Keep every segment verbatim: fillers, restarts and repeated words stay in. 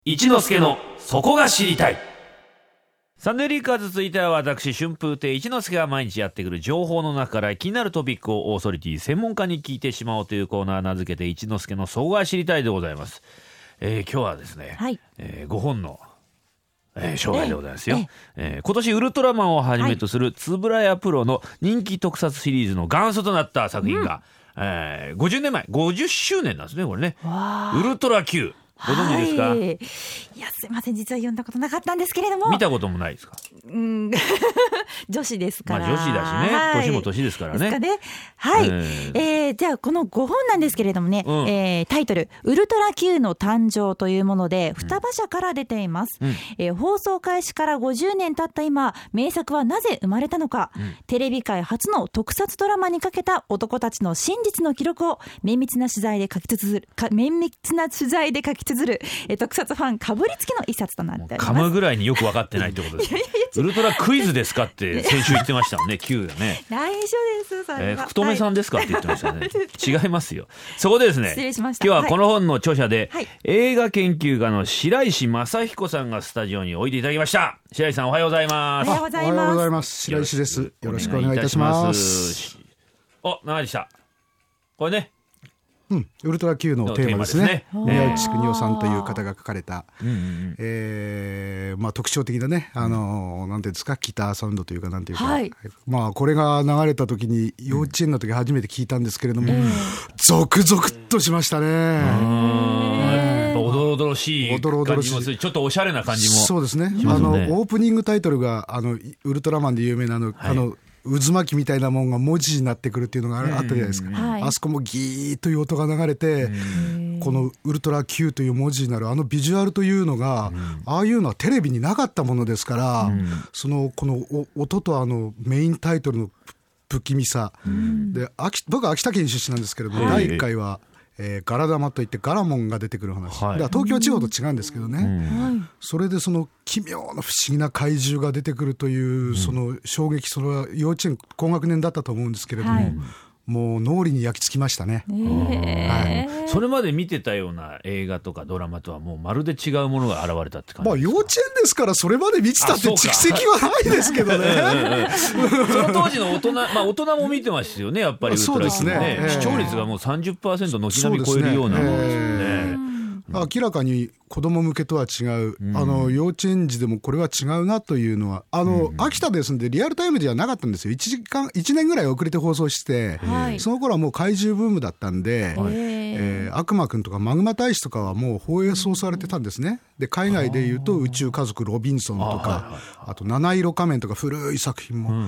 一之輔のそこが知りたい。サンデーリーカーズ続いては私春風亭一之輔が毎日やってくる情報の中から気になるトピックをオーソリティ専門家に聞いてしまおうというコーナー、名付けて一之輔のそこが知りたいでございます。えー、今日はですね、はい、えー、ごほんの、えー、生涯でございますよ。えええー、今年ウルトラマンをはじめとする円谷プロの人気特撮シリーズの元祖となった作品が、うん、えー、ごじゅうねんまえごじゅっしゅうねんなんですね、これね。ウルトラ Qご存知ですか？はい、いやすいません、実は読んだことなかったんですけれども。 見たこともないですか？ うん女子ですから、 まあ、女子だしね、はい、年も年ですからね。ですかね。 はい、えーえー、じゃあこのごほんなんですけれどもね、うん、えー、タイトルウルトラ Q の誕生というもので双葉社から出ています、うん、えー、放送開始からごじゅうねん経った今、名作はなぜ生まれたのか、うん、テレビ界初の特撮ドラマにかけた男たちの真実の記録を綿密な取材で書き綴る綿密な取材で書き綴る、えー、特撮ファンかぶりつきの一冊となっております。 噛むぐらいによく分かってないってことです。いやいやいや、ウルトラクイズですかって先週言ってましたもんね。Q がね。 内緒です。それは、 えー、福留さんですかって言ってましたね。違いますよ。そこでですね、 失礼しました。 今日はこの本の著者で、 はい、 映画研究家の白石正彦さんがスタジオにおいでいただきました。白石さん、おはようございます。 おはようございます。 おはようございます。白石です。よろしくお願いいたします。 お、長でした。これね、 うん、ウルトラ Q のテーマですね。宮内邦夫さんという方が書かれた、うんうんうん、えーまあ、特徴的なね、あのなんていうんですか、ギターサウンドというか、なんていうか、はい、まあ、これが流れた時に幼稚園の時初めて聞いたんですけれども、うん、ゾクゾクっとしましたね。 うん、おどろおどろしい感じもする。ちょっとおしゃれな感じも。 そうですね。あのオープニングタイトルがあのウルトラマンで有名なあの、はい、あの渦巻きみたいなもんが文字になってくるっていうのがあったじゃないですか、うん、はい、あそこもギーッという音が流れて、うん、このウルトラ Q という文字になるあのビジュアルというのが、うん、ああいうのはテレビになかったものですから、うん、そのこの音とあのメインタイトルの不気味さ、うん、で秋僕は秋田県出身なんですけれども、はい、だいいっかいはえー、ガラ玉といってガラモンが出てくる話、はい、だから東京地方と違うんですけどね、うん、それでその奇妙な不思議な怪獣が出てくるという、うん、その衝撃、それは幼稚園高学年だったと思うんですけれども、はい、もう脳裏に焼き付きましたね、えーはい、それまで見てたような映画とかドラマとはもうまるで違うものが現れたって感じですか？まあ、 幼稚園ですからそれまで見てたって蓄積はないですけどねその当時の大人、まあ、大人も見てますよね、やっぱりウルトラ Q ね、ね、えー、視聴率がもう さんじゅっパーセント 軒並み超えるようなものですよね。 明らかに子供向けとは違う、うん、あの幼稚園児でもこれは違うなというのはあの、うん、秋田ですのでリアルタイムではなかったんですよ。いちじかんいちねんぐらい遅れて放送して、はい、その頃はもう怪獣ブームだったんで、はい、えー、悪魔くんとかマグマ大使とかはもう放送されてたんですね。で海外でいうと宇宙家族ロビンソンとか あ,、はいはい、あと七色仮面とか古い作品も、うん、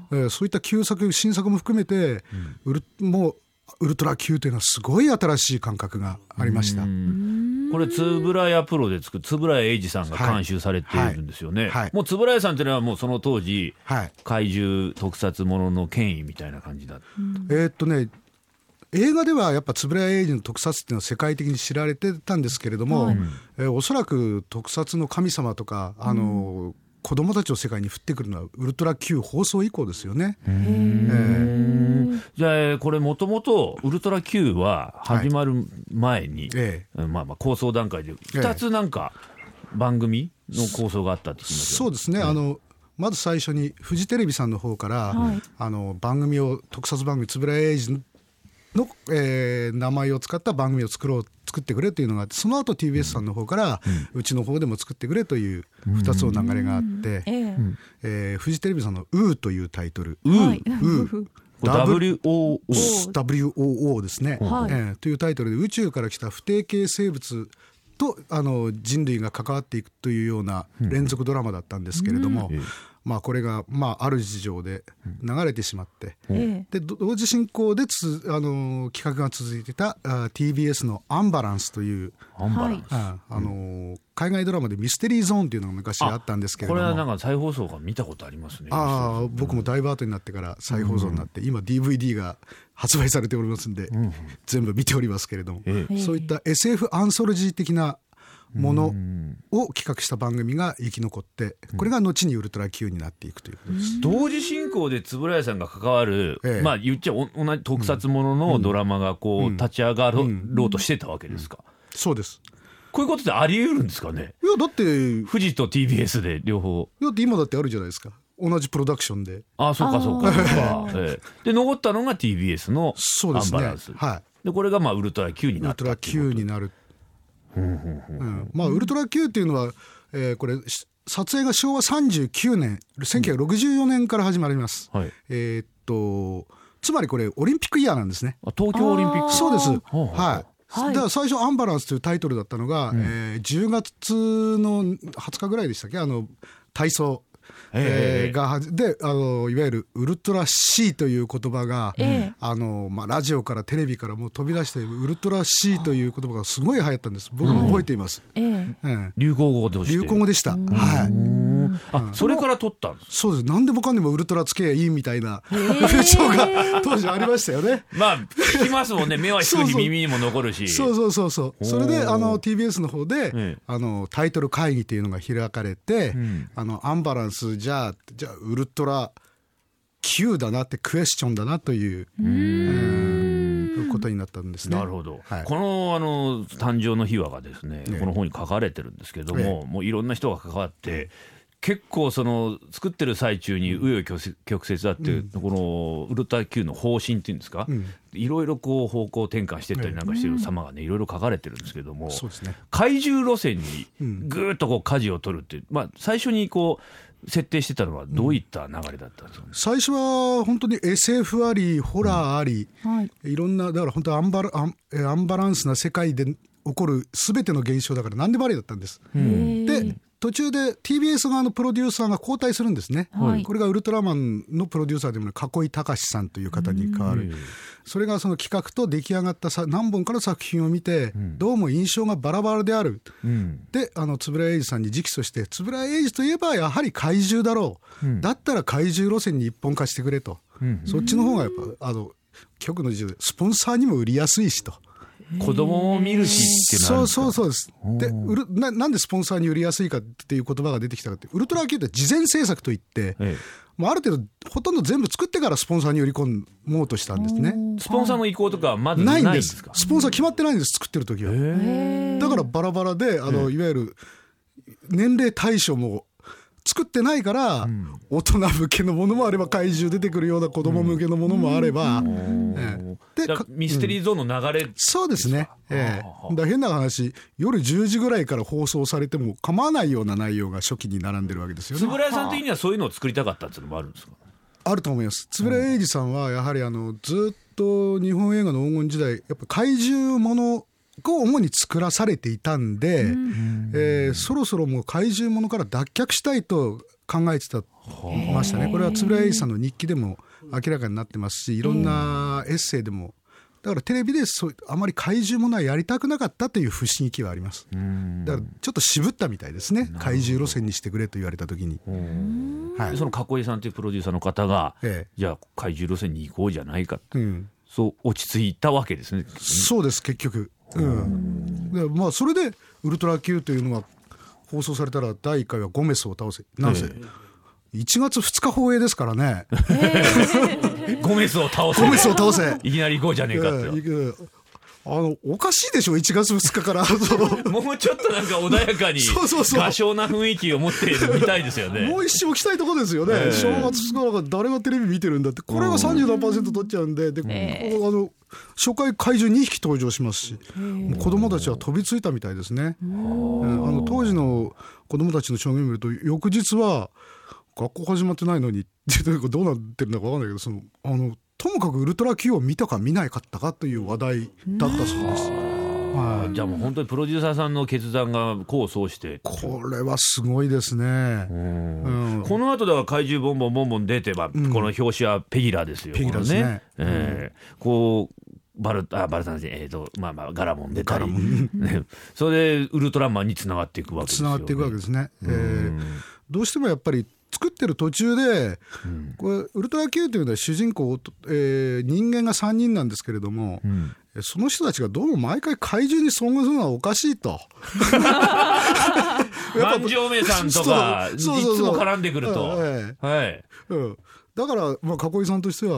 えー、そういった旧作新作も含めて、うん、ウルもうウルトラ Q というのはすごい新しい感覚がありました。 これ円谷プロで作る円谷英二さんが監修されているんですよね、はいはい、もう円谷さんというのはもうその当時、はい、怪獣特撮ものの権威みたいな感じだった、うん、 えー、っとね映画ではやっぱ円谷英二の特撮っていうのは世界的に知られてたんですけれども、はい、えー、おそらく特撮の神様とかあの、うん、子供たちの世界に降ってくるのはウルトラ Q 放送以降ですよね。へー、 えー、じゃあこれもともとウルトラ Q は始まる前に、はい、えーまあ、まあ構想段階でふたつなんか番組の構想があったって聞きますよ。 そうですね、あのまず最初にフジテレビさんの方から、はい、あの番組を特撮番組円谷英二の、えー、名前を使った番組を作ろう作ってくれというのがあって、その後 ティービーエス さんの方から、うん、うちの方でも作ってくれというふたつの流れがあって、うん、えー、フジテレビさんの U というタイトル、 U、はい、Uダブリューオーオーダブリューオーオー ですね、はい、えー、というタイトルで宇宙から来た不定形生物とあの人類が関わっていくというような連続ドラマだったんですけれども、うん、まあ、これが、まあ、ある事情で流れてしまって、うん、で同時進行でつあの企画が続いてたあ ティービーエス のアンバランスというアンバランス、 ああの、うん、海外ドラマでミステリーゾーンというのが昔あったんですけれども、 これはなんか再放送が見たことありますね。 あ、僕もだいぶ後になってから再放送になって、うん、今 ディーブイディー が発売されておりますんで、うん、全部見ておりますけれども、ええ、そういった エスエフ アンソロジー的なものを企画した番組が生き残って、これが後にウルトラ Q になっていくということです。 同時進行で円谷さんが関わる、ええ、まあ言っちゃ同じ特撮もののドラマがこう立ち上がろうとしてたわけですか。 うんうんうん、そうです。 こういうことってあり得るんですかね。 いやだって富士と ティービーエス で両方。 だって今だってあるじゃないですか、同じプロダクションで。 ああそうかそうかそうか、ええ、で残ったのが ティービーエス のアンバランス、 そうですね、はい、 でこれがまあウルトラ Q になったウルトラ Q になる、うん、まあウルトラ Q っていうのは、えー、これ撮影がしょうわさんじゅうきゅうねんせんきゅうひゃくろくじゅうよねんから始まります、はい、えー、っとつまりこれオリンピックイヤーなんですね。 あ東京オリンピック。 そうです、はい、だから最初アンバランスというタイトルだったのが、うん、えー、じゅうがつのはつかぐらいでしたっけ、あの体操、えー、がであのいわゆるウルトラ C という言葉が、えーあのまあ、ラジオからテレビからもう飛び出してウルトラ C という言葉がすごい流行ったんです。僕も覚えています、うん、えー、 流行語として流行語でした、はい、 あ、それから取ったんです。 そうです。何でもかんでもウルトラつけやいいみたいな風潮が当時ありましたよね。 まあ聞きますもんね。目は低いし耳にも残るし。 そうそうそうそう。それであの ティービーエス の方で、ええ、あのタイトル会議というのが開かれて、うん、あのアンバランスじゃあじゃあウルトラ Q だなってクエスチョンだなという。うーんことになったんですね。 なるほど、はい、この、あの誕生の秘話がですね、ねこの本に書かれてるんですけども、ね、もういろんな人が関わって、ね、結構その作ってる最中に紆余曲折あって、うん、このウルトラ Q の方針っていうんですか、うん、いろいろこう方向転換していったりなんかしてる様がねいろいろ書かれてるんですけども、うんそうですね、怪獣路線にぐーっとこう舵を取るっていう、まあ、最初にこう設定してたのはどういった流れだったんですかね。 うん、最初は本当に エスエフ ありホラーあり、うんはい、いろんなだから本当アンバラ、アン、アンバランスな世界で起こる全ての現象だから何でもありだったんです。うん、で途中で ティービーエス 側のプロデューサーが交代するんですね、はい、これがウルトラマンのプロデューサーでもない囲井隆さんという方に変わる。それがその企画と出来上がった何本かの作品を見て、うん、どうも印象がバラバラである、うん、であの円谷英二さんに直訴して、円谷英二といえばやはり怪獣だろう、うん、だったら怪獣路線に一本化してくれと、うん、そっちの方がやっぱあの局の事情でスポンサーにも売りやすいしと、 子供も見るしってなるんですか。 そうそうそうです。でウル な, なんでスポンサーに売りやすいかっていう言葉が出てきたかって、ウルトラ Q って事前制作といって、ええ、もうある程度ほとんど全部作ってからスポンサーに売り込もうとしたんですね。 スポンサーの意向とかはまずないんですか。 スポンサー決まってないんです、作ってる時は。だからバラバラであのいわゆる年齢対象も作ってないから、うん、大人向けのものもあれば怪獣出てくるような子供向けのものもあれば、うんええ、でミステリーゾーンの流れ、うん、 そうですね、ええ、だ変な話夜じゅうじぐらいから放送されても構わないような内容が初期に並んでるわけですよね。 円谷さん的にはそういうのを作りたかったっていうのもあるんですか。 あると思います。円谷英二さんはやはりあのずっと日本映画の黄金時代やっぱ怪獣ものを主に作らされていたんで、うんえー、そろそろもう怪獣ものから脱却したいと考えてたましたね。これは円谷英二さんの日記でも明らかになってますし、いろんなエッセイでも、だからテレビでそうあまり怪獣ものはやりたくなかったという不思議はあります。だからちょっと渋ったみたいですね、怪獣路線にしてくれと言われた時に、 はい、その囲井さんというプロデューサーの方が、ええ、じゃあ怪獣路線に行こうじゃないかと、うん、そう落ち着いたわけですね。 そうです結局、うん、でまあ、それでウルトラ Q というのが放送されたらだいいっかいはゴメスを倒せなんせ、ええ、いちがつふつか放映ですからね、えー、ゴメスを倒せゴメスを倒せいきなり行こうじゃねえかって、えー、あのおかしいでしょいちがつふつかからもうちょっとなんか穏やかにそうそうそう画商な雰囲気を持っているみたいですよね。 もう一生来たいところですよね、えー、正月ふつかなんか誰がテレビ見てるんだって、これがさんじゅうななパーセント取っちゃうんで、で、えー、あの初回怪獣にひき登場しますし、子供たちは飛びついたみたいですね。あの当時の子供たちの証言を見ると、翌日は学校始まってないのにどうなってるんだか分かんないけど、そのあのともかくウルトラ Q を見たか見ないかったかという話題だったそうです。 はい、じゃあもう本当にプロデューサーさんの決断が功を奏して、 これはすごいですね。うんうん、この後では怪獣ボンボンボンボン出てば、うん、この表紙はペギラですよ。 ペギラですね。 えー、こうバルあバルタンジ、えーとまあまあガラモン出たり、ね、それでウルトラマンにつながっていくわけですよね。 つながっていくわけですね。えー、どうしてもやっぱり作ってる途中で、うん、これウルトラ Q というのは主人公、えー、人間がさんにんなんですけれども、うん、その人たちがどうも毎回怪獣に遭遇するのはおかしいと万丈目さんとかいつも絡んでくると、はい、 うん、だから、まあ、囲井さんとしては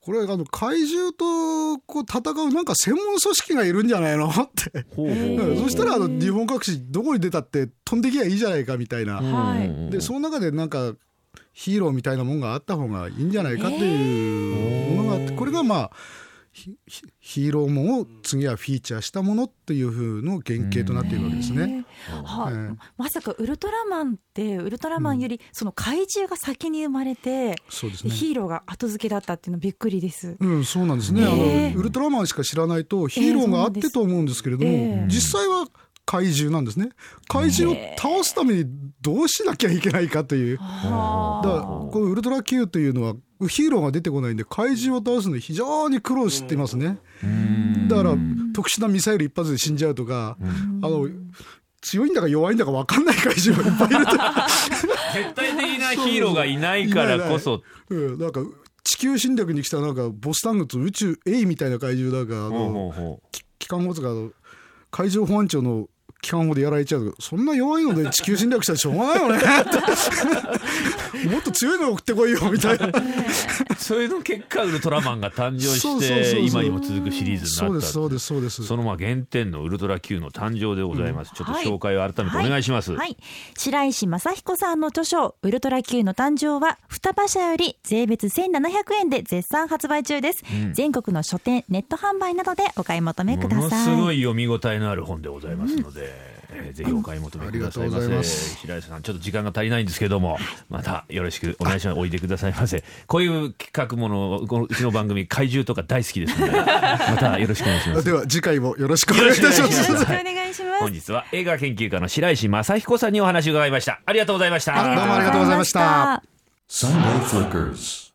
これあの怪獣とこう戦うなんか専門組織がいるんじゃないのってほうほうそしたらあの日本各地どこに出たって飛んできゃいいじゃないかみたいな、はい、でその中でなんかヒーローみたいなものがあった方がいいんじゃないかっていうものがあって、これがまあヒーローものを次はフィーチャーしたものっていう風の原型となっているわけですね。 はあえー、まさかウルトラマンってウルトラマンよりその怪獣が先に生まれて、うんね、ヒーローが後付けだったっていうのびっくりです。 うん、そうなんですね、えー、あのウルトラマンしか知らないとヒーローがあってと思うんですけれども、えー、実際は怪獣なんですね。怪獣を倒すためにどうしなきゃいけないかという、えー、だからこのウルトラ Q というのはヒーローが出てこないんで怪獣を倒すのに非常に苦労していますね。だから特殊なミサイル一発で死んじゃうとか、あの強いんだか弱いんだか分かんない怪獣がいっぱいいると絶対的なヒーローがいないからこそうん、なんか地球侵略に来たなんかボスタングと宇宙エイみたいな怪獣だがあの機関砲とか海上保安庁の機関砲でやられちゃうとそんな弱いので地球侵略したらしょうがないよねもっと強いの送ってこいよみたいなそれの結果ウルトラマンが誕生して今にも続くシリーズになったそうですそうですそうです。 そのまあ原点のウルトラ Q の誕生でございます、うん、ちょっと紹介を改めてお願いします、 はいはいはい、白石正彦さんの著書ウルトラ Q の誕生は双葉社より税別せんななひゃくえんで絶賛発売中です、うん、全国の書店ネット販売などでお買い求めください。 ものすごい読み応えのある本でございますので、うんえー、ぜひお買い求めくださいませ。ま白石さんちょっと時間が足りないんですけどもまたよろしくお願いします。おいでくださいませ。こういう企画ものこのうちの番組怪獣とか大好きですのでまたよろしくお願いします。 では次回もよろしくお願いいたします。 よろしくお願いします。 本日は映画研究家の白石正彦さんにお話を伺いました。ありがとうございました。 どうもありがとうございました。 Sunday Flickers